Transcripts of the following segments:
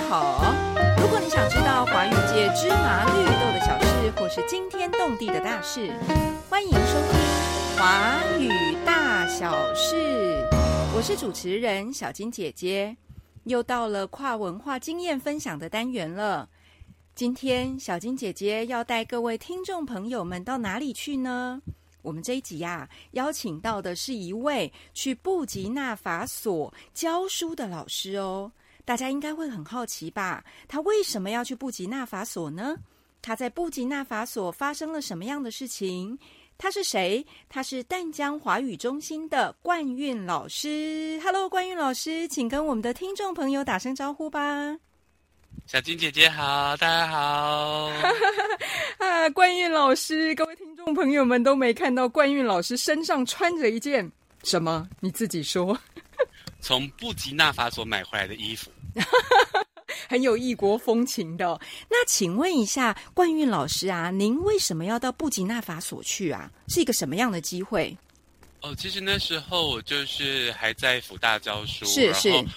好。如果你想知道华语界芝麻绿豆的小事，或是惊天动地的大事，欢迎收听《华语大小事》。我是主持人小金姐姐，又到了跨文化经验分享的单元了。今天小金姐姐要带各位听众朋友们到哪里去呢？我们这一集邀请到的是一位去布吉纳法索教书的老师哦。大家应该会很好奇吧，他为什么要去布吉纳法索呢？他在布吉纳法索发生了什么样的事情？他是谁？他是淡江华语中心的冠韵老师。Hello， 冠韵老师，请跟我们的听众朋友打声招呼吧。 小金姐姐好，大家好。 冠韵老师，各位听众朋友们都没看到冠韵老师身上穿着一件什么？你自己说。 从布吉纳法索买回来的衣服。 很有异国风情的哦。那请问一下冠韵老师啊，您为什么要到布吉纳法索去啊？是一个什么样的机会？ 其实那时候我就是还在辅大教书， 是，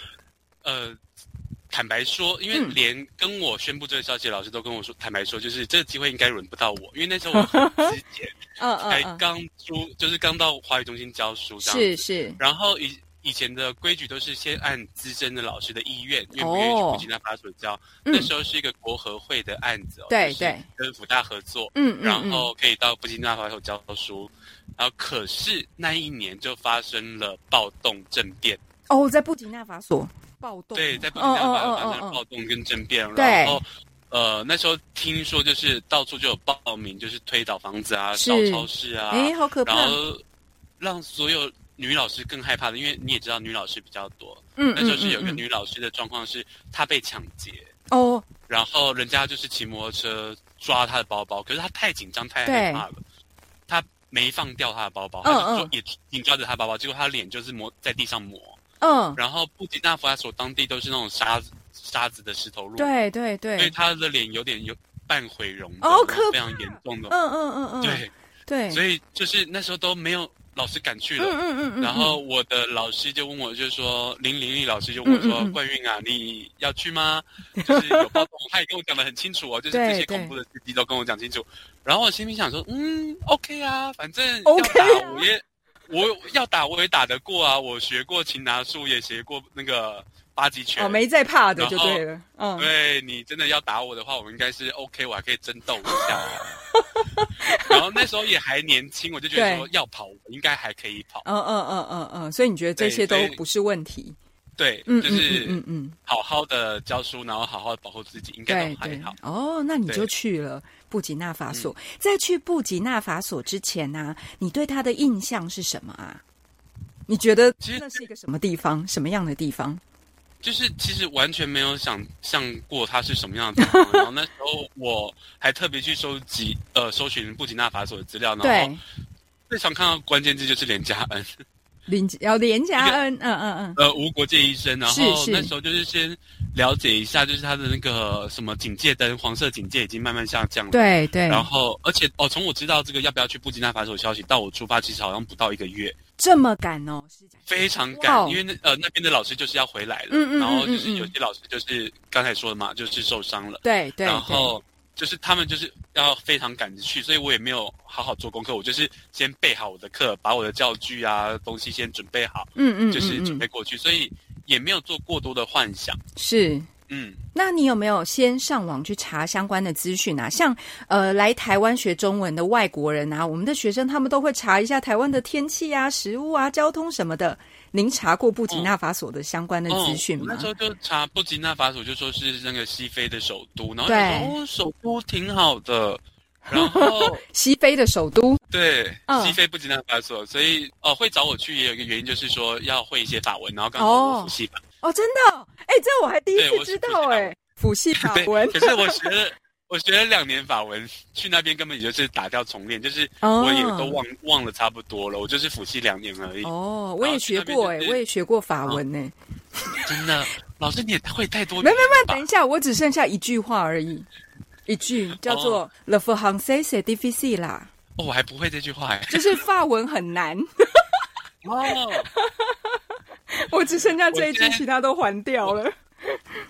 坦白说，因为连跟我宣布这个消息的老师都跟我说，坦白说，就是这个机会应该轮不到我，因为那时候我很之前才刚到华语中心教书这样子， 是， 然后以前的规矩都是先按资深的老师的意愿，愿不愿意去布吉纳法索教。那时候是一个国合会的案子哦， 对， 跟辅大合作，然后可以到布吉纳法索教书。然后可是那一年就发生了暴动政变哦，在布吉纳法索暴动， 对，在布吉纳法索发生了暴动跟政变，然后那时候听说就是到处就有报名，就是推倒房子啊，烧超市啊， 好可怕， 然后让所有女老师更害怕的，因为你也知道女老师比较多，那时候是有一个女老师的状况是她被抢劫哦，然后人家就是骑摩托车抓她的包包，可是她太紧张太害怕了，她没放掉她的包包，她就也紧抓着她的包包，结果她脸就是在地上磨，然后布吉纳法索当地都是那种沙子的石头路， 对， 所以她的脸有半毁容的，非常严重的，对，所以就是那时候都没有老师敢去了，然后我的老师就问我，就是说林丽老师就问我说，冠韵啊，你要去吗？就是有暴动，他也跟我讲得很清楚哦，就是这些恐怖的事迹都跟我讲清楚。然后我心里想说，OK 啊，反正要打我要打我也打得过啊，我学过擒拿术，也学过那个八极拳， 没在怕的就对了。 对，你真的要打我的话，我应该是 OK， 我还可以争斗一下。然后那时候也还年轻，我就觉得说要跑，我应该还可以跑。 所以你觉得这些都不是问题？ 对，就是好好的教书，然后好好的保护自己，应该都还好。 哦，那你就去了布吉纳法索。在去布吉纳法索之前啊，你对他的印象是什么啊？你觉得那是一个什么地方？什么样的地方？ 就是其实完全没有想象过它是什么样的地方，然后那时候我还特别去搜寻布吉纳法索的资料，然后最常看到关键字就是连家恩。连家恩， 无国界医生，然后那时候就是先了解一下，就是他的那个什么警戒灯，黄色警戒已经慢慢下降了， 对， 然后而且从我知道这个要不要去布吉纳法索消息到我出发，其实好像不到1个月，这么赶哦， 非常赶，因为那边的老师就是要回来了，然后就是有些老师就是刚才说的嘛，就是受伤了， 对， 然后就是他们就是要非常赶着去，所以我也没有好好做功课，我就是先备好我的课，把我的教具啊东西先准备好，就是准备过去，所以也没有做过多的幻想。是，那你有没有先上网去查相关的资讯啊？像来台湾学中文的外国人啊，我们的学生他们都会查一下台湾的天气啊、食物啊、交通什么的。您查过布吉纳法索的相关的资讯吗？我那时候就查布吉纳法索，就说是那个西非的首都，然后就说首都挺好的，然后西非的首都， 对，西非布吉纳法索，所以会找我去也有一个原因，就是说要会一些法文，然后刚好我辅系法。 真的，这我还第一次知道，辅系法文。 可是我学了2年法文，去那边根本也就是打掉重练，就是我也都忘了差不多了，我就是辅系2年而已。 我也学过我也学过法文呢。 真的，老师你也会太多。 没，等一下，我只剩下一句话而已，一句叫做 "Le français c'est difficile" 啦。 我还不会这句话就是法文很难。我只剩下这一句，其他都还掉了。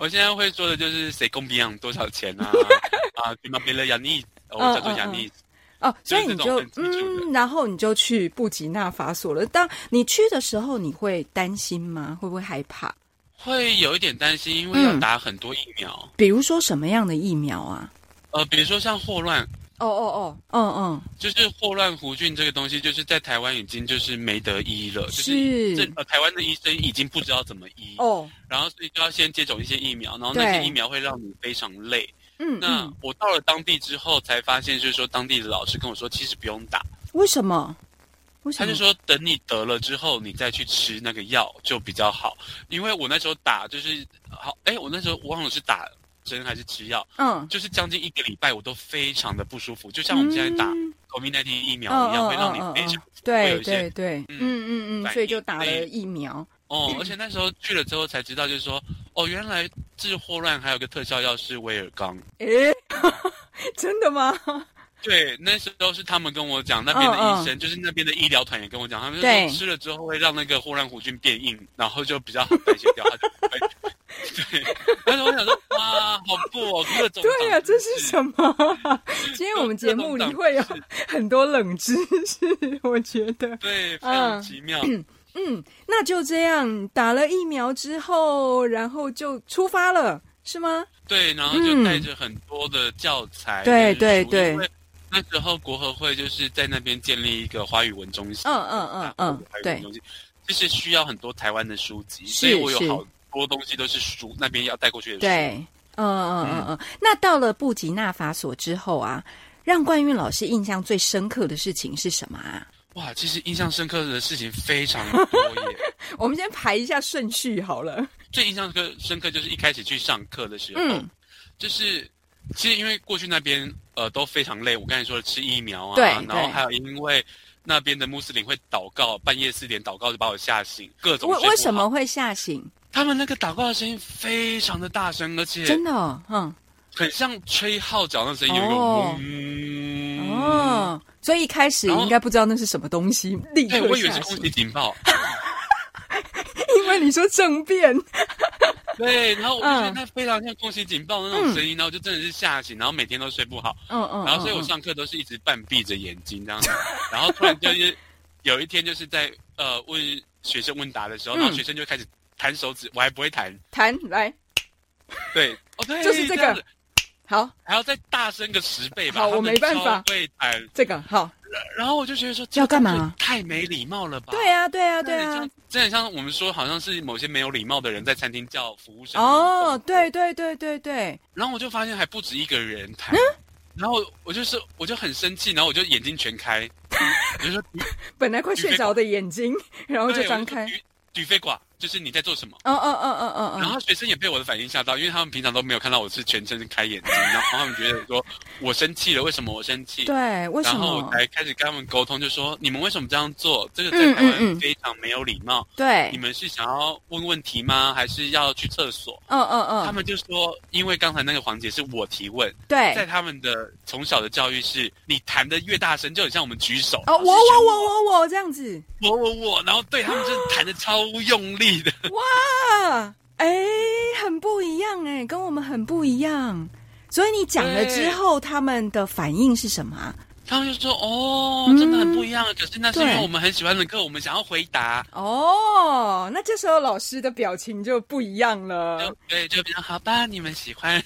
我现在会说的就是谁公平养多少钱啊啊，对吗？别了雅尼，我叫做雅尼。 所以你就然后你就去布吉纳法索了。当你去的时候，你会担心吗？会不会害怕？ 会有一点担心，因为要打很多疫苗。 比如说什么样的疫苗啊？ 比如说像霍乱。就是霍乱弧菌这个东西，就是在台湾已经就是没得医了，就是台湾的医生已经不知道怎么医然后所以就要先接种一些疫苗，然后那些疫苗会让你非常累。那我到了当地之后才发现，就是说当地的老师跟我说，其实不用打。 为什么？ 他就说等你得了之后，你再去吃那个药就比较好。因为我那时候打就是我那时候忘了是打针还是吃药，就是将近1个礼拜我都非常的不舒服，就像我们现在打 COVID-19 疫苗一样，会让你非常对，所以就打了疫苗。 而且那时候去了之后才知道，就是说原来治霍乱还有个特效药是威尔刚。 真的吗？ 对，那时候是他们跟我讲，那边的医生就是那边的医疗团也跟我讲，他们就说吃了之后会让那个霍乱弧菌变硬，然后就比较好代谢掉，他就不会。对，但是我想说，哇，好酷哦，各种。 对啊，这是什么？今天我们节目里会有很多冷知识，我觉得。 对，非常奇妙。 那就这样，打了疫苗之后，然后就出发了，是吗？ 对，然后就带着很多的教材。 对。 那时候国合会就是在那边建立一个华语文中心。 对。 就是需要很多台湾的书籍，所以我有好多东西都是书那边要带过去的书。 对，那到了布吉纳法索之后啊，让冠韵老师印象最深刻的事情是什么啊？ 哇，其实印象深刻的事情非常多耶。 我们先排一下顺序好了。 最印象深刻就是一开始去上课的时候，就是其实因为过去那边都非常累，我刚才说的吃疫苗啊，然后还有因为那边的穆斯林会祷告，半夜4点祷告就把我吓醒，各种为什么会吓醒？ 他们那个祷告的声音非常的大声，而且真的很像吹号角那声音，有一个所以一开始应该不知道那是什么东西，立刻吓醒。 我以为是空袭警报。 因为你说政变。 对，然后我就觉得那非常像空袭警报的那种声音，然后我就真的是吓醒，然后每天都睡不好。然后所以我上课都是一直半闭着眼睛这样子。然后突然就是有一天就是在问学生问答的时候，然后学生就开始弹手指，我还不会弹来。对，对， 就是这个。好， 还要再大声个10倍吧。 好，我没办法。 会弹这个好。 然后我就觉得说， 要干嘛？ 太没礼貌了吧？ 对啊。 真的像我们说，好像是某些没有礼貌的人在餐厅叫服务生。 对。 然后我就发现还不止一个人弹。然后我就很生气，然后我就眼睛全开，我就说本来快睡着的眼睛，然后就张开。 举飞寡，就是你在做什么？然后学生也被我的反应吓到，因为他们平常都没有看到我是全身开眼睛，然后他们觉得说我生气了，为什么我生气？ 对，为什么？ 然后我才开始跟他们沟通，就说你们为什么这样做？这个在台湾非常没有礼貌。 对， 你们是想要问问题吗？还是要去厕所？他们就说，因为刚才那个环节是我提问， 对， 在他们的从小的教育是，你弹的越大声，就很像我们举手。 我这样子。 我，然后对他们就是弹的超用力的。 哇，很不一样跟我们很不一样。所以你讲了之后，他们的反应是什么啊？ 他们就说真的很不一样。可是那是因为我们很喜欢的课，我们想要回答。 那这时候老师的表情就不一样了。 对，就比较好吧，你们喜欢。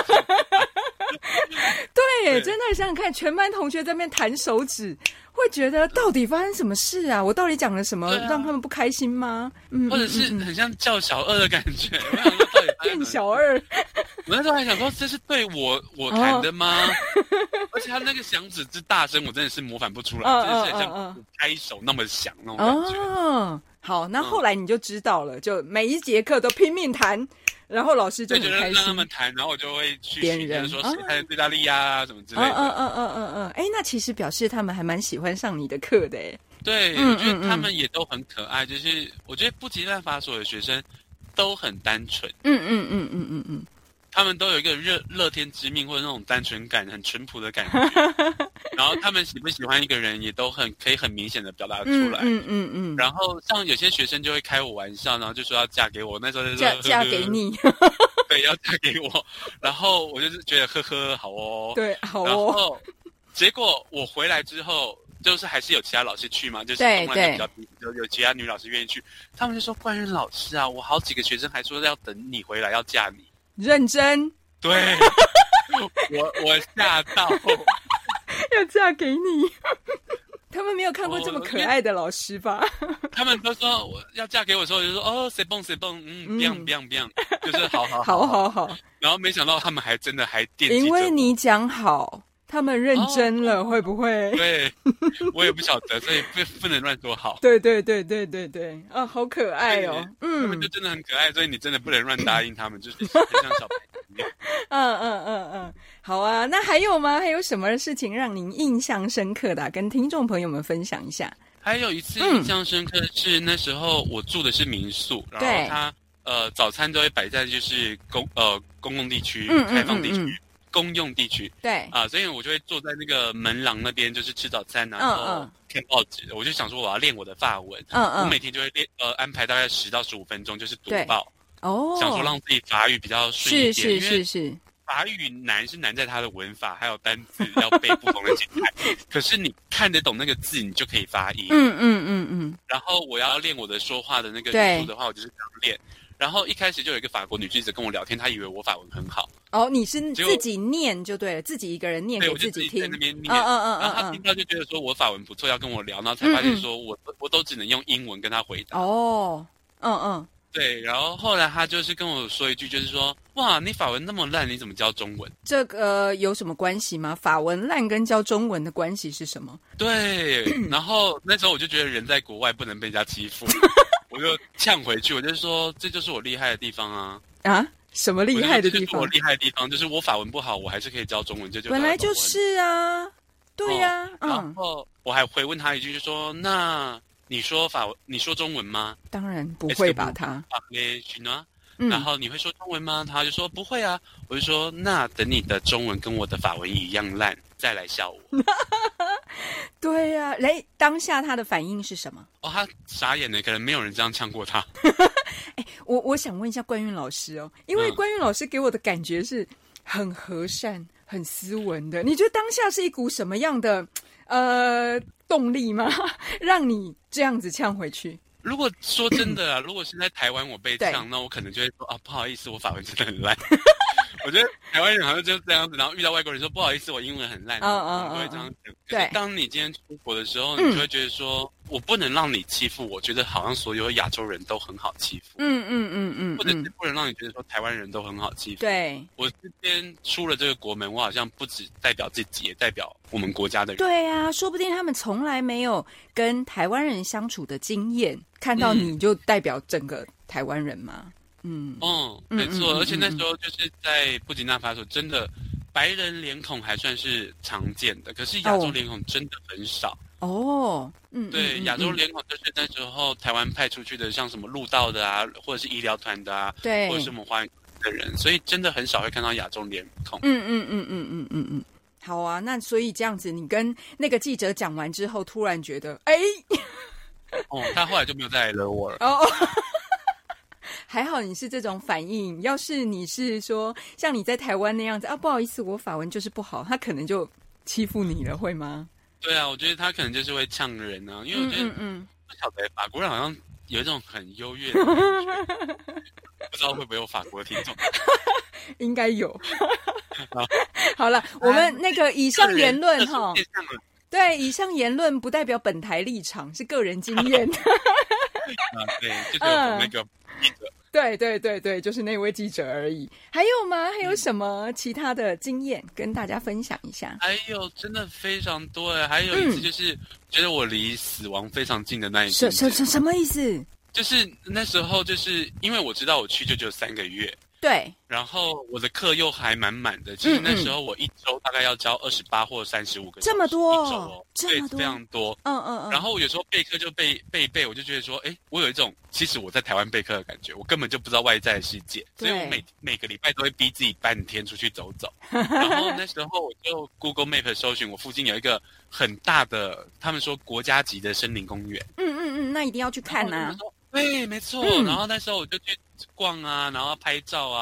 对，真的想想看，全班同学在那边弹手指，会觉得到底发生什么事啊？我到底讲了什么，让他们不开心吗？ 或者是很像叫小二的感觉。我想说到底变小二。 我那时候还想说，这是对我弹的吗？而且他那个响指之大声，我真的是模仿不出来，真的是很像开手那么响那种感觉。 好，那后来你就知道了，就每一节课都拼命弹，然后老师就很开心， 让他们弹，然后我就会去点人说谁弹的最大力啊什么之类的。 那其实表示他们还蛮喜欢上你的课的。 对，我觉得他们也都很可爱，就是我觉得布吉纳法索的学生都很单纯。他们都有一个乐天知命或者那种单纯感，很淳朴的感觉。然后他们喜不喜欢一个人，也都可以很明显的表达出来。然后像有些学生就会开我玩笑，然后就说要嫁给我，那时候就说嫁给你。 对，要嫁给我。然后我就是觉得呵呵，好哦， 对，好哦。 然后结果我回来之后，就是还是有其他老师去嘛，就是东南比较有其他女老师愿意去，他们就说冠云老师啊，我好几个学生还说要等你回来要嫁你， 认真。 对，我吓到， 要嫁给你。他们没有看过这么可爱的老师吧？ 他们都说我要嫁给我的时候，我就说哦，谁蹦谁蹦，不要，就是好。然后没想到他们还真的还惦记着我， 因为你讲好，他们认真了，会不会？ 对，我也不晓得，所以不能乱说好。 对，啊，好可爱哦。 他们就真的很可爱，所以你真的不能乱答应他们，就是很像小朋友一样。 好啊，那还有吗？还有什么事情让您印象深刻的跟听众朋友们分享一下？ 还有一次印象深刻是那时候我住的是民宿，然后他早餐都会摆在就是公共地区、开放地区、公用地区， 对所以我就会坐在那个门廊那边，就是吃早餐，然后看报纸。我就想说我要练我的法文，我每天就会安排大概10到15分钟，就是读报，想说让自己法语比较顺一点，是。法语难是难在它的文法还有单字要背不同的形态，可是你看得懂那个字，你就可以发音。然后我要练我的说话的那个语速的话，我就是这样练。然后一开始就有一个法国女记者跟我聊天，她以为我法文很好。 哦，你是自己念就对了，自己一个人念给自己听。 对，我就自己在那边念。然后她听到就觉得说我法文不错，要跟我聊，然后才发现说我都只能用英文跟她回答。对，然后后来他就是跟我说一句，就是说，哇，你法文那么烂，你怎么教中文？ 这个有什么关系吗？法文烂跟教中文的关系是什么？ 对，然后那时候我就觉得人在国外不能被人家欺负，我就呛回去，我就说这就是我厉害的地方啊！啊， 什么厉害的地方？ 我厉害的地方就是我法文不好，我还是可以教中文，这就本来就是啊，对呀。 然后我还回问他一句，就说那。你说中文吗？ 当然不会吧，他。 然后你会说中文吗？他就说不会啊。我就说那等你的中文跟我的法文一样烂，再来笑我。 对呀，当下他的反应是什么？ 他傻眼了，可能没有人这样呛过他。 我想问一下冠韵老师哦，因为冠韵老师给我的感觉是很和善、很斯文的。你觉得当下是一股什么样的动力吗？让你这样子呛回去？ 如果说真的啊，如果是在台湾我被呛，那我可能就会说不好意思，我法文真的很烂。我觉得台湾人好像就是这样子，然后遇到外国人说不好意思，我英文很烂，就会这样讲。对，当你今天出国的时候，你就会觉得说，我不能让你欺负我，觉得好像所有亚洲人都很好欺负。或者是不能让你觉得说台湾人都很好欺负。 对， 我这边出了这个国门，我好像不只代表自己，也代表我们国家的人。 对啊，说不定他们从来没有跟台湾人相处的经验，看到你就代表整个台湾人嘛。 没错，而且那时候就是在布吉纳法索，真的白人脸孔还算是常见的，可是亚洲脸孔真的很少。对，亚洲脸孔就是那时候台湾派出去的，像什么路道的啊，或者是医疗团的啊， 对， 或者是我们华人的人，所以真的很少会看到亚洲脸孔。 好啊，那所以这样子，你跟那个记者讲完之后，突然觉得， 他后来就没有再来惹我了。 还好你是这种反应，要是你是说像你在台湾那样子不好意思，我法文就是不好，他可能就欺负你了，会吗？ 对啊，我觉得他可能就是会呛人啊，因为我觉得不晓得法国人好像有一种很优越的感觉，不知道会不会有法国的听众？ 应该有。好了，我们那个以上言论对，以上言论不代表本台立场，是个人经验。 对，就是有那个记者。 对，就是那位记者而已。还有吗？还有什么其他的经验跟大家分享一下？ 还有真的非常多还有一次就是觉得我离死亡非常近的那一次。 什么意思？ 就是那时候就是因为我知道我去就只有3个月。 对， 然后我的课又还蛮满的，其实那时候我一周大概要教28或35个小时， 这么多， 一周对，非常多。然后我有时候备课就背，我就觉得说，我有一种其实我在台湾备课的感觉，我根本就不知道外在的世界，所以我每个礼拜都会逼自己半天出去走走。然后那时候我就 Google Map 搜寻，我附近有一个很大的，他们说国家级的森林公园。 那一定要去看啊。 对，没错。然后那时候我就去逛啊，然后拍照啊，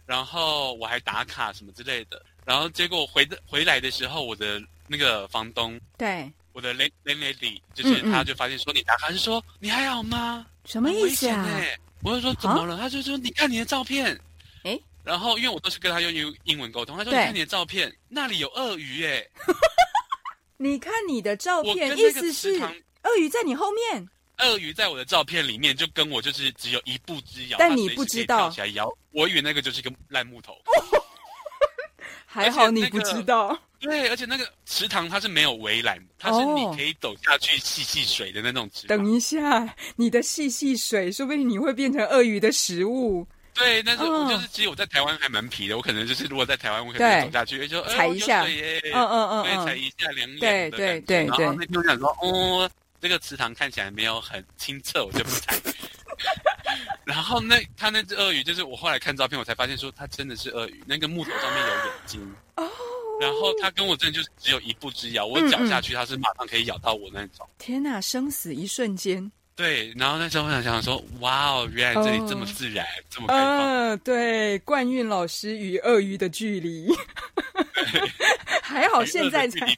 然后我还打卡什么之类的，然后结果回来的时候，我的那个房东， 对， 我的 landlady， 就是他就发现说你打卡，是说你还好吗？ 什么意思啊？ 我就说怎么了？他就说你看你的照片， 哎， 然后因为我都是跟他用英文沟通，他说你看你的照片，那里有鳄鱼耶。 你看你的照片，意思是鳄鱼在你后面？ 鳄鱼在我的照片里面，就跟我就是只有一步之遥， 但你不知道， 起来摇，我以为那个就是一个烂木头。 还好你不知道。 对，而且那个池塘它是没有围栏，它是你可以走下去细水的那种池塘。 等一下，你的细水，说不定你会变成鳄鱼的食物。 对，但是我就是其实我在台湾还蛮皮的，我可能就是如果在台湾，我可能走下去就踩一下， 对，踩一下凉凉的。 对。 然后那天我想说，这个池塘看起来没有很清澈，我就不踩。然后他那只鳄鱼，就是我后来看照片，我才发现说它真的是鳄鱼，那个木头上面有眼睛。哦。然后它跟我真的就是只有一步之遥，我脚下去，它是马上可以咬到我那种。 天哪，生死一瞬间。 对，然后那时候我想说，哇哦，原来这里这么自然，这么开放。 对，冠韵老师与鳄鱼的距离，还好现在才。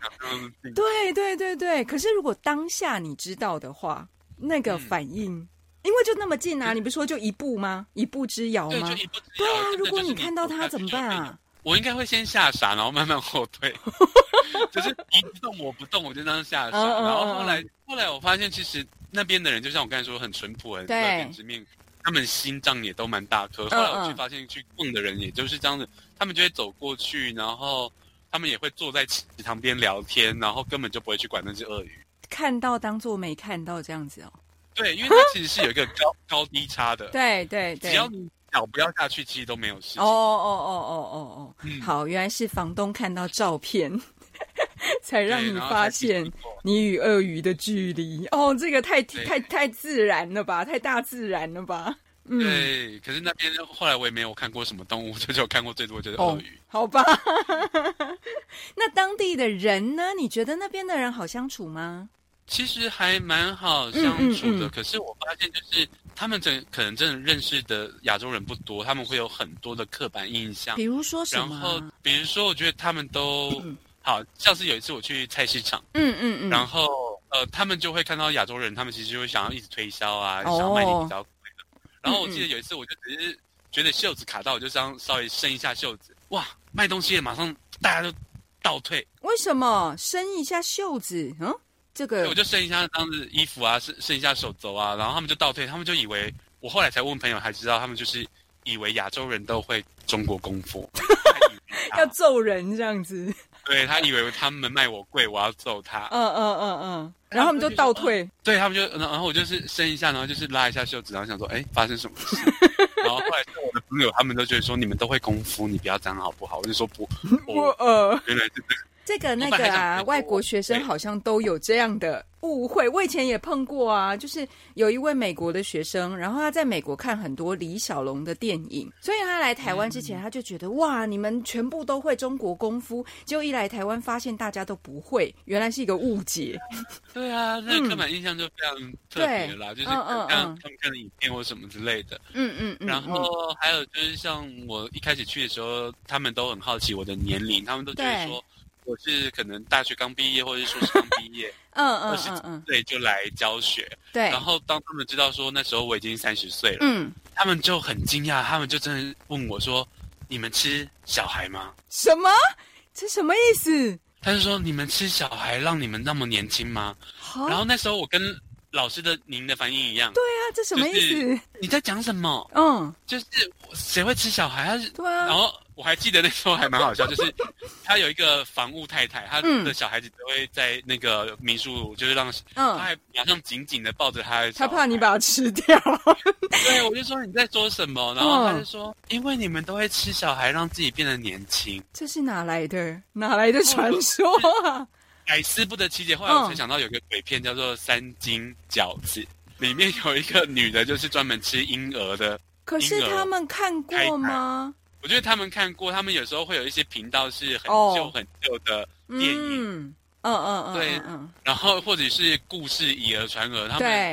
对。可是如果当下你知道的话，那个反应，因为就那么近啊，你不是说就一步吗？一步之遥吗？ 对，就一步之遥。 对啊，如果你看到它怎么办啊？ 我应该会先吓傻，然后慢慢后退，就是一动我不动，我就这样吓傻。然后后来我发现，其实那边的人就像我刚才说，很淳朴，很乐天之命，他们心脏也都蛮大颗。后来我去发现，去逛的人也就是这样子，他们就会走过去，然后他们也会坐在池塘边聊天，然后根本就不会去管那只鳄鱼， 看到当作没看到这样子哦。 对，因为它其实是有一个高低差的。 对， 只要你脚不要下去，其实都没有事情。 好，原来是房东看到照片才让你发现你与鳄鱼的距离。这个太自然了吧，太大自然了吧。 对，可是那边后来我也没有看过什么动物，就只有看过最多就是鳄鱼。 好吧。那当地的人呢？你觉得那边的人好相处吗？ 其实还蛮好相处的，可是我发现就是他们可能真的认识的亚洲人不多，他们会有很多的刻板印象。 比如说什么？ 然后比如说，我觉得他们都好像是有一次我去菜市场，然后他们就会看到亚洲人，他们其实就会想要一直推销啊，想要卖你比较贵的。然后我记得有一次，我就只是觉得袖子卡到，我就这样稍微伸一下袖子，哇，卖东西的马上大家都倒退。 为什么伸一下袖子？这个我就伸一下当时衣服啊，伸一下手肘啊，然后他们就倒退，他们就以为我后来才问朋友才知道，他们就是以为亚洲人都会中国功夫， 要揍人这样子。 对，他以为他们卖我贵，我要揍他。 然后他们就倒退。 对，他们就，然后我就是伸一下，然后就是拉一下袖子，然后想说，发生什么事？然后后来我的朋友他们都觉得说，你们都会功夫，你不要这样好不好？我就说不，原来是这个那个啊，外国学生好像都有这样的误会。我以前也碰过啊，就是有一位美国的学生，然后他在美国看很多李小龙的电影，所以他来台湾之前，他就觉得哇，你们全部都会中国功夫，结果一来台湾发现大家都不会，原来是一个误解。 对啊，那个刻板印象就非常特别啦，就是像他们看的影片或什么之类的。然后还有就是像我一开始去的时候，他们都很好奇我的年龄，他们都觉得说我是可能大学刚毕业或者硕士刚毕业，20几岁就来教学。对，然后当他们知道说那时候我已经30岁了，他们就很惊讶，他们就真的问我说：“你们吃小孩吗？” 什么？这什么意思？ 他就说：“你们吃小孩让你们那么年轻吗？”然后那时候我跟老师您的反应一样。 对啊，这什么意思？ 你在讲什么？就是谁会吃小孩？ 对啊。 然后我还记得那时候还蛮好笑，就是他有一个房务太太，他的小孩子都会在那个民宿，就是让他还马上紧紧的抱着他的小孩， 他怕你把他吃掉。 对，我就说你在说什么，然后他就说，因为你们都会吃小孩，让自己变得年轻。 这是哪来的传说啊？ 百思不得其解。后来我才想到有个鬼片叫做《三斤饺子》，里面有一个女的，就是专门吃婴儿的。 可是他们看过吗？ 我觉得他们看过，他们有时候会有一些频道是很旧很旧的电影，对，然后或者是故事以讹传讹，他们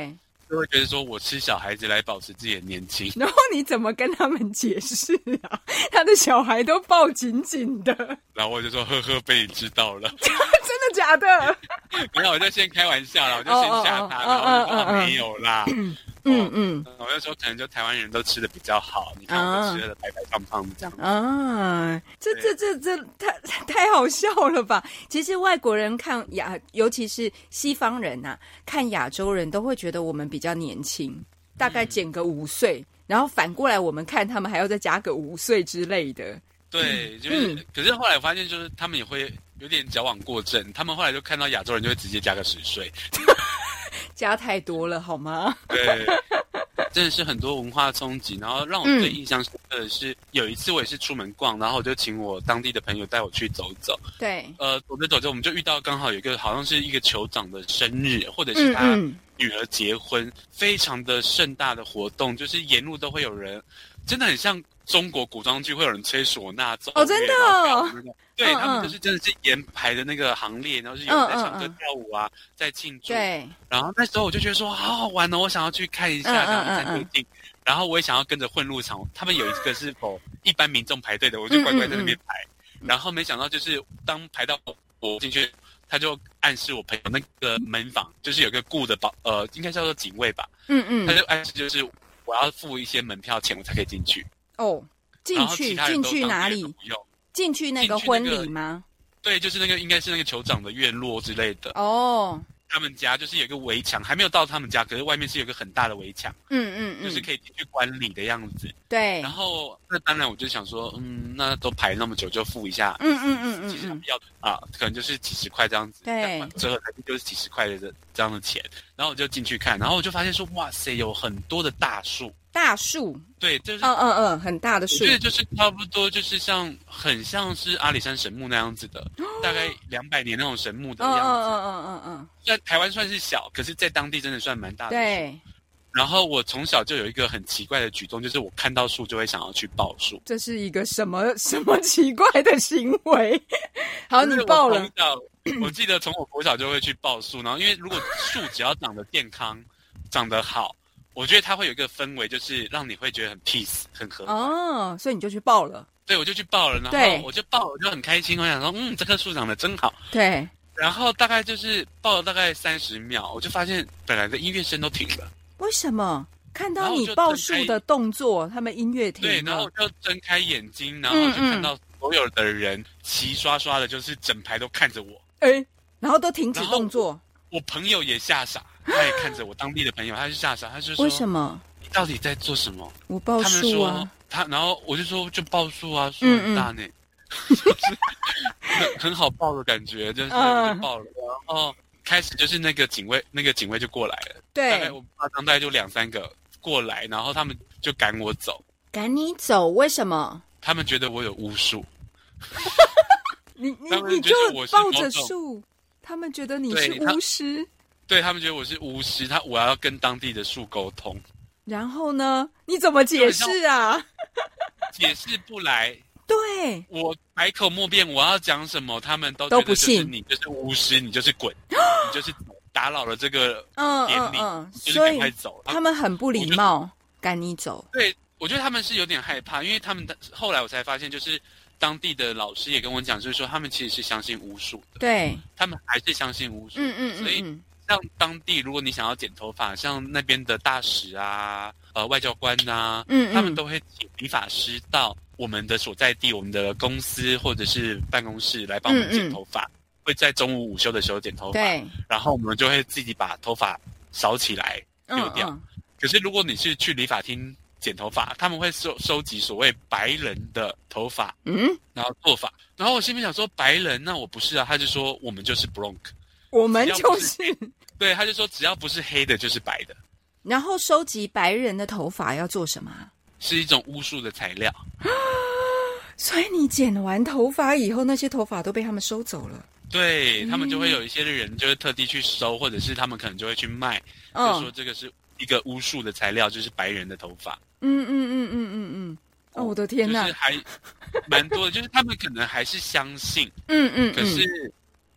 就会觉得说我吃小孩子来保持自己的年轻。 然后你怎么跟他们解释啊？他的小孩都抱紧紧的。 然后我就说呵呵，被你知道了。 真的假的？ 没有，我就先开玩笑啦，我就先吓他，然后就说没有啦。我就说可能就台湾人都吃的比较好，你看我吃的白白胖胖的这样啊，这太好笑了吧？其实外国人看尤其是西方人啊，看亚洲人都会觉得我们比较年轻，大概减个5岁，然后反过来我们看他们还要再加个5岁之类的。 对，就是，可是后来我发现，就是他们也会有点矫枉过正，他们后来就看到亚洲人就会直接加个10岁。 加太多了好吗？ 对，真的是很多文化冲击。然后让我最印象深刻的是，有一次我也是出门逛，然后我就请我当地的朋友带我去走走。 对， 走着我们就遇到刚好有一个好像是一个酋长的生日，或者是他女儿结婚，非常的盛大的活动，就是沿路都会有人，真的很像中国古装剧会有人吹唢呐奏乐。 真的哦。 对，他们就是真的是沿排的那个行列，然后是有人在唱歌跳舞啊，在庆祝。 对。 然后那时候我就觉得说好好玩哦，我想要去看一下，然后一站就进。然后我也想要跟着混入场。他们有一个是一般民众排队的，我就乖乖在那边排。然后没想到就是当排到我进去，他就暗示我朋友那个门房就是有个雇的应该叫做警卫吧。他就暗示就是我要付一些门票钱我才可以进去。 哦，进去哪里？进去那个婚礼吗？ 对，就是那个应该是那个酋长的院落之类的。 哦， 他们家就是有一个围墙，还没有到他们家，可是外面是有一个很大的围墙。就是可以进去观礼的样子。对。然后那当然我就想说，那都排那么久就付一下。其实要可能就是几十块这样子。对。折合台币就是几十块的这样的钱，然后我就进去看，然后我就发现说，哇塞，有很多的大树。大树，对，就是很大的树，我觉得就是差不多，就是很像是阿里山神木那样子的，大概200年那种神木的样子。在台湾算是小，可是在当地真的算蛮大的。对。然后我从小就有一个很奇怪的举动，就是我看到树就会想要去抱树。这是一个什么奇怪的行为？好，你抱了。我记得从我国小就会去抱树，然后因为如果树只要长得健康、长得好。我觉得它会有一个氛围，就是让你会觉得很 peace 很和谐。所以你就去抱了。对，我就去抱了，然后我就很开心，我想说，这棵树长得真好。对。然后大概就是抱了大概30秒，我就发现本来的音乐声都停了。为什么？看到你抱树的动作，他们音乐停了。对，然后我就睁开眼睛，然后就看到所有的人齐刷刷的，就是整排都看着我。然后都停止动作。我朋友也吓傻。他也看着我当地的朋友，他就吓傻，他就说：“为什么？你到底在做什么？”我抱树啊。然后我就说：“就抱树啊，树很大呢，很好抱的感觉，就是我就抱了。然后开始就是那个警卫就过来了，对，大概我大概就2-3个过来，然后他们就赶我走。赶你走？为什么？他们觉得我有巫术。你就抱着树，他们觉得你是巫师。对，他们觉得我是巫师，我要跟当地的树沟通。然后呢？你怎么解释啊？解释不来。对，我百口莫辩，我要讲什么，他们都觉得就是你就是巫师，你就是滚，你就是打扰了这个典礼，就是赶快走。他们很不礼貌，赶你走。对，我觉得他们是有点害怕，因为他们后来我才发现，就是当地的老师也跟我讲，就是说他们其实是相信巫术的。对，他们还是相信巫术。所以。像当地，如果你想要剪头发，像那边的大使啊、外交官啊，他们都会请理发师到我们的所在地、我们的公司或者是办公室来帮我们剪头发，会在中午午休的时候剪头发，对，然后我们就会自己把头发扫起来丢掉。可是如果你是去理发厅剪头发，他们会收集所谓白人的头发，然后做法。然后我心里想说，白人那我不是啊，他就说我们就是 bronc。我们就是对，他就说只要不是黑的，就是白的。然后收集白人的头发要做什么？是一种巫术的材料。所以你剪完头发以后，那些头发都被他们收走了。对，他们就会有一些人就会特地去收，或者是他们可能就会去卖，就说这个是一个巫术的材料，就是白人的头发。哦，我的天哪，就是还蛮多的，就是他们可能还是相信，可是。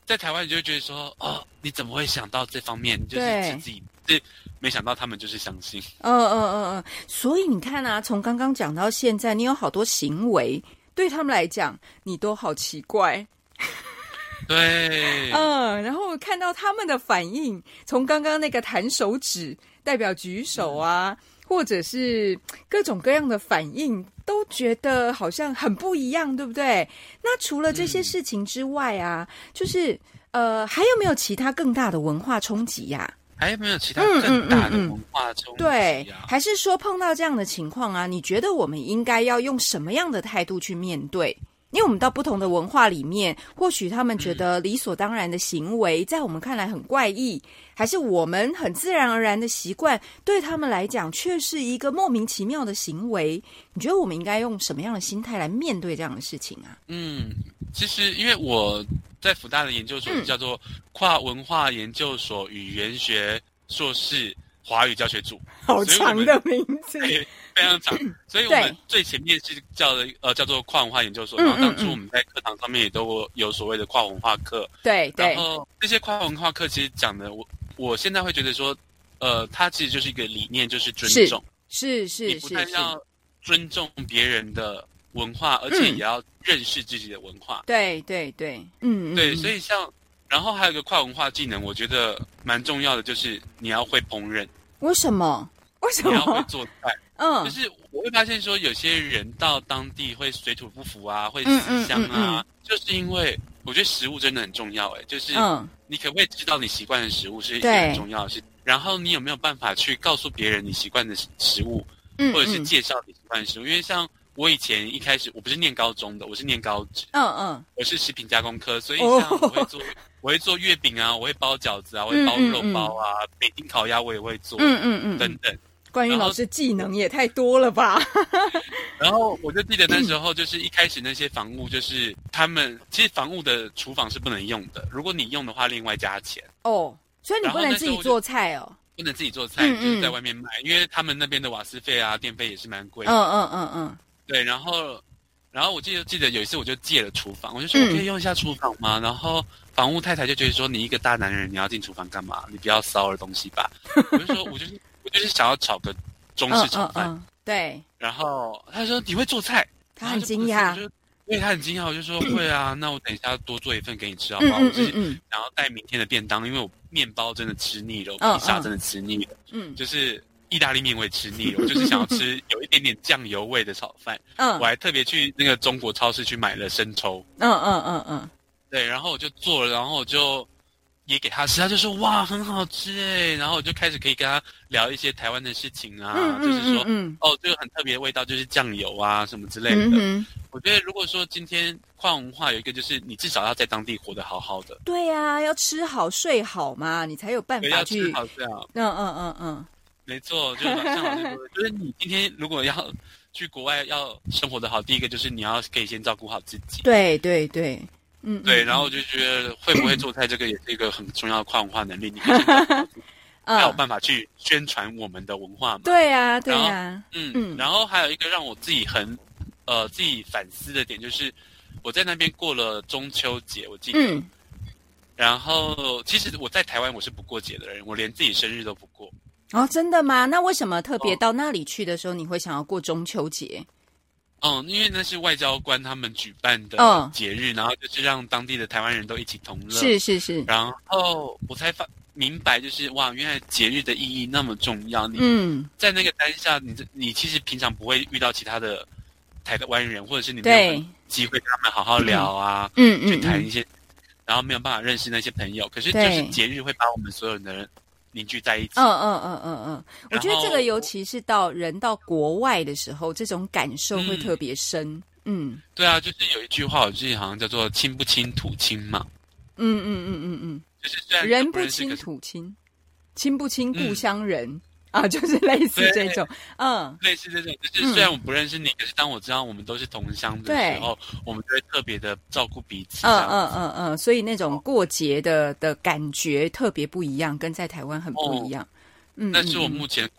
在台湾你就会觉得说，你怎么会想到这方面？就是自己没想到他们就是相信。 所以你看啊，从刚刚讲到现在，你有好多行为对他们来讲，你都好奇怪。 对， 然后看到他们的反应，从刚刚那个弹手指代表举手啊，或者是各种各样的反应，都觉得好像很不一样，对不对？那除了这些事情之外啊，就是还有没有其他更大的文化冲击呀？ 还有没有其他更大的文化冲击啊？ 对，还是说碰到这样的情况啊，你觉得我们应该要用什么样的态度去面对？因为我们到不同的文化里面，或许他们觉得理所当然的行为，在我们看来很怪异，还是我们很自然而然的习惯，对他们来讲却是一个莫名其妙的行为。你觉得我们应该用什么样的心态来面对这样的事情啊？ 其实因为我在辅大的研究所叫做跨文化研究所语言学硕士华语教学组， 好长的名字， 非常长，所以我们最前面是叫做跨文化研究所，然后当初我们在课堂上面也都有所谓的跨文化课， 对， 然后这些跨文化课其实讲的，我现在会觉得说，它其实就是一个理念，就是尊重， 是， 你不但要尊重别人的文化，而且也要认识自己的文化， 对， 对，所以然后还有一个跨文化技能，我觉得蛮重要的，就是你要会烹饪。 为什么？ 你要会做菜。就是我会发现说，有些人到当地会水土不服啊，会思乡啊，就是因为我觉得食物真的很重要。就是你可不可以知道你习惯的食物是一个很重要的事，然后你有没有办法去告诉别人你习惯的食物，或者是介绍你习惯的食物？因为像我以前一开始我不是念高中的，我是念高职，我是食品加工科，所以像我会做月饼啊，我会包饺子啊，我会包肉包啊，北京烤鸭我也会做，等等。 关于老师技能也太多了吧？ 然后我就记得那时候就是一开始那些房务，就是他们其实房务的厨房是不能用的，如果你用的话另外加钱。 所以你不能自己做菜哦？ 不能自己做菜，就是在外面买，因为他们那边的瓦斯费啊、电费也是蛮贵的。对，然后我记得有一次我就借了厨房，我就说我可以用一下厨房吗？然后房务太太就觉得说你一个大男人你要进厨房干嘛？你不要骚的东西吧。我就说我就是想要炒个中式炒饭。 对。 然后他说你会做菜？ 他很惊讶。 因为他很惊讶，我就说会啊，那我等一下多做一份给你吃好不好？我就是想要带明天的便当，因为我面包真的吃腻了，披萨真的吃腻了，就是意大利面我也吃腻了，我就是想要吃有一点点酱油味的炒饭。我还特别去那个中国超市去买了生抽。对，然后我就做了，然后我就也给他吃，他就说哇很好吃耶，然后我就开始可以跟他聊一些台湾的事情啊，就是说这个很特别的味道就是酱油啊什么之类的。我觉得如果说今天跨文化有一个就是你至少要在当地活得好好的。 对啊，要吃好睡好嘛，你才有办法去。 要吃好睡好。没错，就像老师说的，就是你今天如果要去国外要生活得好，第一个就是你要可以先照顾好自己。 对。 对，然后我就觉得会不会做菜这个也是一个很重要的跨文化能力，你可以先照顾好自己才有办法去宣传我们的文化嘛。 对啊。 然后还有一个让我自己自己反思的点，就是我在那边过了中秋节，我记得。然后其实我在台湾我是不过节的人，我连自己生日都不过。 真的吗？那为什么特别到那里去的时候，你会想要过中秋节？ 因为那是外交官他们举办的节日，然后就是让当地的台湾人都一起同乐。是。然后我才明白，就是哇，原来节日的意义那么重要。你在那个当下，你其实平常不会遇到其他的台湾人，或者是你没有机会跟他们好好聊啊，去谈一些，然后没有办法认识那些朋友。可是就是节日会把我们所有的人凝聚在一起。 我觉得这个尤其是到国外的时候，这种感受会特别深。 对啊，就是有一句话我记得好像叫做亲不亲土亲嘛。就是虽然人不亲土亲，亲不亲故乡人。就是类似这种。 类似这种，就是虽然我不认识你，可是当我知道我们都是同乡的时候，我们就会特别的照顾彼此。 所以那种过节的感觉特别不一样，跟在台湾很不一样。 那是我目前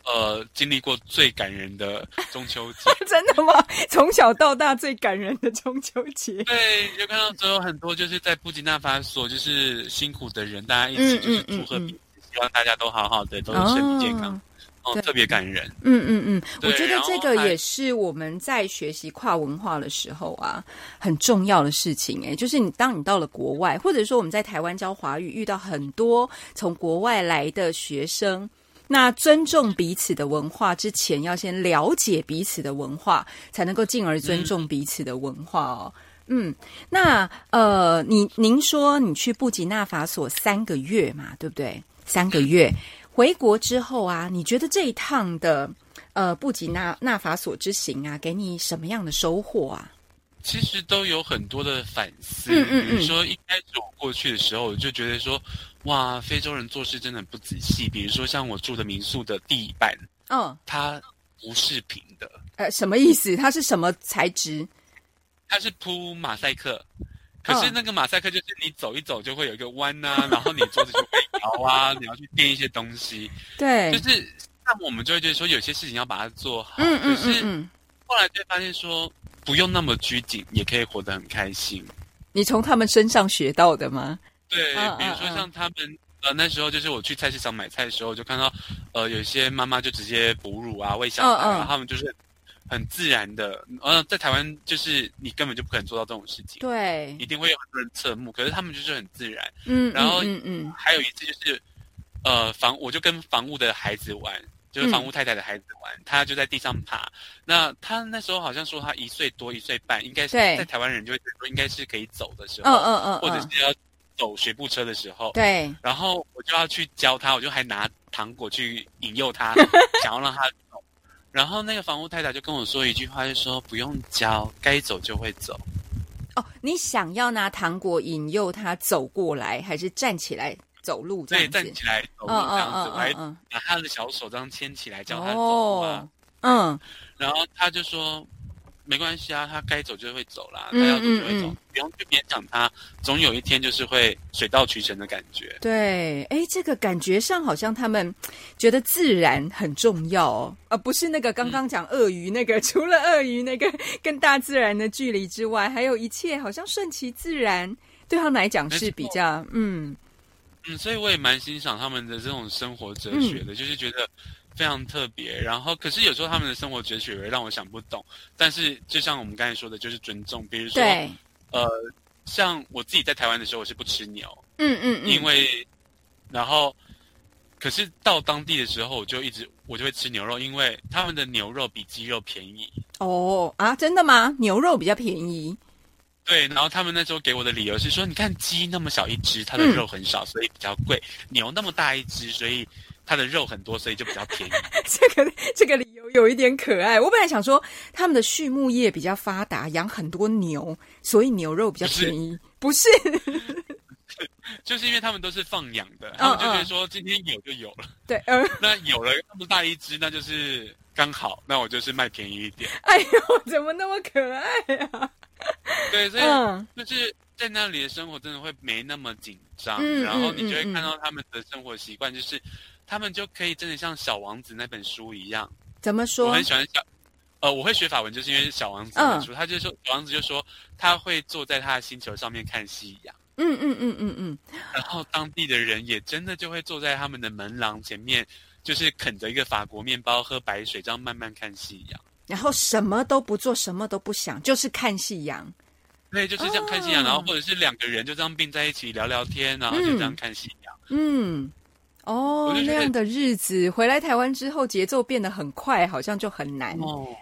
经历过最感人的中秋节。 真的吗？从小到大最感人的中秋节。 对，就看到最后很多就是在布吉纳法索就是辛苦的人，大家一起就是祝贺彼此，希望大家都好好的，都是身体健康。特别感人。 我觉得这个也是我们在学习跨文化的时候啊，很重要的事情。就是当你到了国外，或者说我们在台湾教华语，遇到很多从国外来的学生，那尊重彼此的文化之前，要先了解彼此的文化，才能够进而尊重彼此的文化哦。那您说你去布吉纳法索3个月嘛，对不对？3个月。回国之后啊，你觉得这一趟的布吉纳法索之行啊，给你什么样的收获啊？ 其实都有很多的反思。比如说一开始我过去的时候，我就觉得说，哇，非洲人做事真的很不仔细。比如说像我住的民宿的地板，它不是平的。 什么意思？它是什么材质？ 它是铺马赛克。可是那个马赛克就是你走一走就会有一个弯啊，然后你桌子就会摇啊，你要去垫一些东西。 对， 就是那我们就会觉得说有些事情要把它做好。可是后来就发现说不用那么拘谨，也可以活得很开心。 你从他们身上学到的吗？ 对，比如说像他们那时候就是我去菜市场买菜的时候，就看到有些妈妈就直接哺乳啊，喂小孩啊，他们就是很自然的，在台湾就是你根本就不可能做到这种事情， 对， 一定会有很多人侧目，可是他们就是很自然。然后还有一次就是我就跟房屋的孩子玩，就是房屋太太的孩子玩，他就在地上爬。那他那时候好像说他1岁多1岁半，应该是在台湾人就会说应该是可以走的时候，或者是要走学步车的时候， 对。 然后我就要去教他，我就还拿糖果去引诱他，想要让他走。然后那个房屋太太就跟我说一句话，就说不用教，该走就会走。 你想要拿糖果引诱他走过来，还是站起来走路这样子？ 对，站起来走路这样子，我还拿他的小手这样牵起来教他走啊。然后他就说没关系啊，他该走就会走啦，他要走就会走，不用去勉强他，总有一天就是会水到渠成的感觉。 对，这个感觉上好像他们觉得自然很重要不是那个刚刚讲鳄鱼那个，除了鳄鱼那个跟大自然的距离之外，还有一切好像顺其自然，对他们来讲是比较所以我也蛮欣赏他们的这种生活哲学的，就是觉得非常特别。然后可是有时候他们的生活哲学也让我想不懂，但是就像我们刚才说的，就是尊重。比如说像我自己在台湾的时候我是不吃牛，因为然后可是到当地的时候我就会吃牛肉，因为他们的牛肉比鸡肉便宜。 真的吗？牛肉比较便宜？ 对，然后他们那时候给我的理由是说，你看鸡那么小一只，它的肉很少，所以比较贵；牛那么大一只，所以它的肉很多，所以就比较便宜。 这个理由有一点可爱。我本来想说他们的畜牧业比较发达，养很多牛，所以牛肉比较便宜。不是就是因为他们都是放养的，他们就觉得说今天有就有了。对，那有了那么大一只，那就是刚好，那我就是卖便宜一点。 哎呦，怎么那么可爱啊？ 对，所以就是在那里的生活真的会没那么紧张，然后你就会看到他们的生活习惯，就是他们就可以真的像《小王子》那本书一样。怎么说？我很喜欢我会学法文，就是因为《小王子》那本书，他就说小王子就说他会坐在他的星球上面看夕阳。然后当地的人也真的就会坐在他们的门廊前面，就是啃着一个法国面包，喝白水，这样慢慢看夕阳。然后什么都不做，什么都不想，就是看夕阳。对，就是这样看夕阳，然后或者是2个人就这样并在一起聊聊天，然后就这样看夕阳。那样的日子回来台湾之后，节奏变得很快，好像就很难。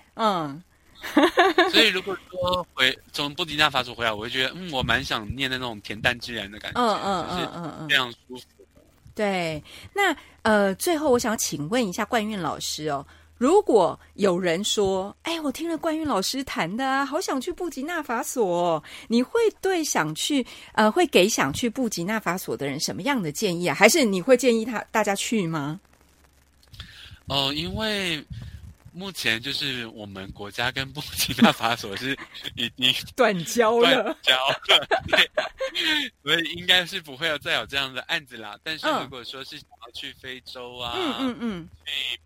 所以如果说从布吉纳法索回来，我会觉得我蛮想念的那种恬淡自然的感觉，就是非常舒服。对，那最后我想请问一下冠运老师如果有人说我听了冠运老师谈的好想去布吉纳法索你会对会给想去布吉纳法索的人什么样的建议啊？还是你会建议大家去吗？因为目前就是我们国家跟布吉纳法索是已经断交了，对，所以应该是不会再有这样的案子啦。但是如果说是想要去非洲啊，去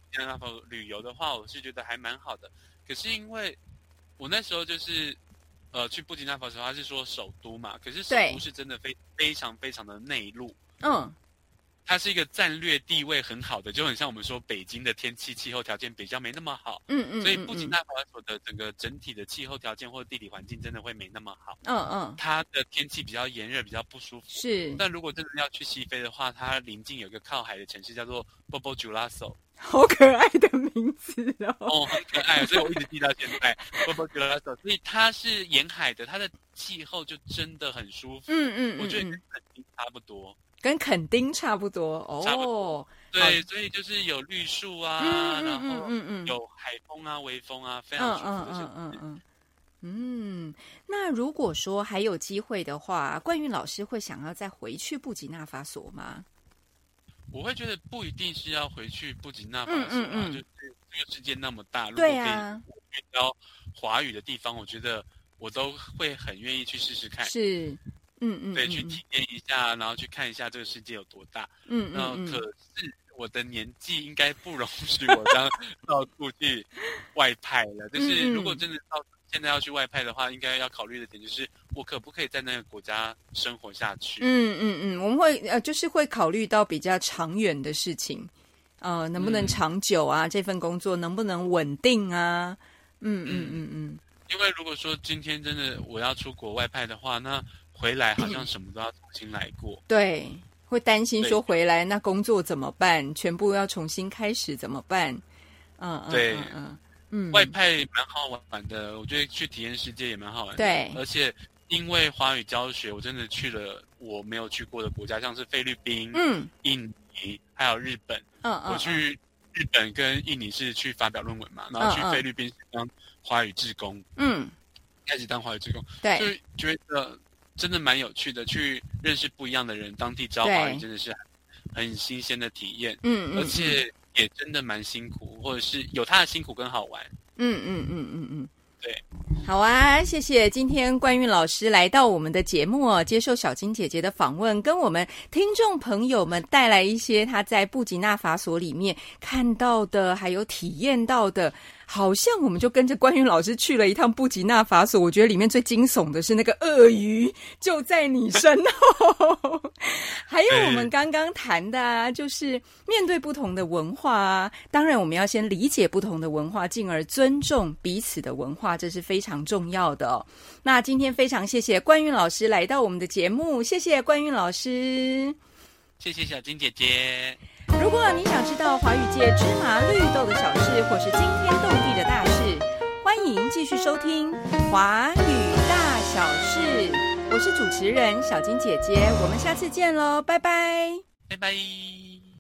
吉纳法索旅游的话，我是觉得还蛮好的。可是因为我那时候就是去布吉纳法索，他是说首都嘛，可是首都是真的非常非常的内陆，它是一个战略地位很好的，就很像我们说北京的天气气候条件比较没那么好，所以布吉纳法索的整体的气候条件或地理环境真的会没那么好，它的天气比较炎热，比较不舒服。是，但如果真的要去西非的话，它临近有一个靠海的城市叫做 Bobo Dioulasso， 好可爱的名字哦，很可爱，所以我一直记到现在 Bobo Dioulasso， 所以它是沿海的，它的气候就真的很舒服。我觉得跟垦丁差不多。 跟垦丁差不多哦，对，所以就是有绿树啊，然后有海风啊、微风啊，非常舒服的。 那如果说还有机会的话，冠运老师会想要再回去布吉纳法索吗？ 我会觉得不一定是要回去布吉纳法索啊，就是这个世界那么大，如果可以遇到华语的地方，我觉得我都会很愿意去试试看。是。对，去体验一下，然后去看一下这个世界有多大。然后可是我的年纪应该不容许我这样到处去外派了。就是如果真的到现在要去外派的话，应该要考虑的点就是我可不可以在那个国家生活下去。 我们会就是会考虑到比较长远的事情，能不能长久啊？这份工作能不能稳定啊？ 因为如果说今天真的我要出国外派的话，那回来好像什么都要重新来过， 对，会担心说回来那工作怎么办？全部要重新开始怎么办？ 对，外派蛮好玩的，我觉得去体验世界也蛮好玩的。对，而且因为华语教学，我真的去了我没有去过的国家，像是菲律宾、印尼还有日本。我去日本跟印尼是去发表论文嘛，然后去菲律宾是当华语志工，开始当华语志工，对，就觉得真的蛮有趣的，去认识不一样的人，当地教华语真的是很新鲜的体验，而且也真的蛮辛苦，或者是有它的辛苦跟好玩。对， 好啊，谢谢今天冠运老师来到我们的节目接受小金姐姐的访问，跟我们听众朋友们带来一些他在布吉纳法索里面看到的，还有体验到的。好像我们就跟着冠运老师去了一趟布吉纳法索，我觉得里面最惊悚的是那个鳄鱼就在你身后还有我们刚刚谈的就是面对不同的文化当然我们要先理解不同的文化，进而尊重彼此的文化，这是非常重要的那今天非常谢谢冠运老师来到我们的节目，谢谢冠运老师。 谢谢小金姐姐。 如果你想知道华语界芝麻绿豆的小事，或是惊天动地的大事，欢迎继续收听华语大小事。我是主持人小金姐姐，我们下次见咯，拜拜。 拜拜。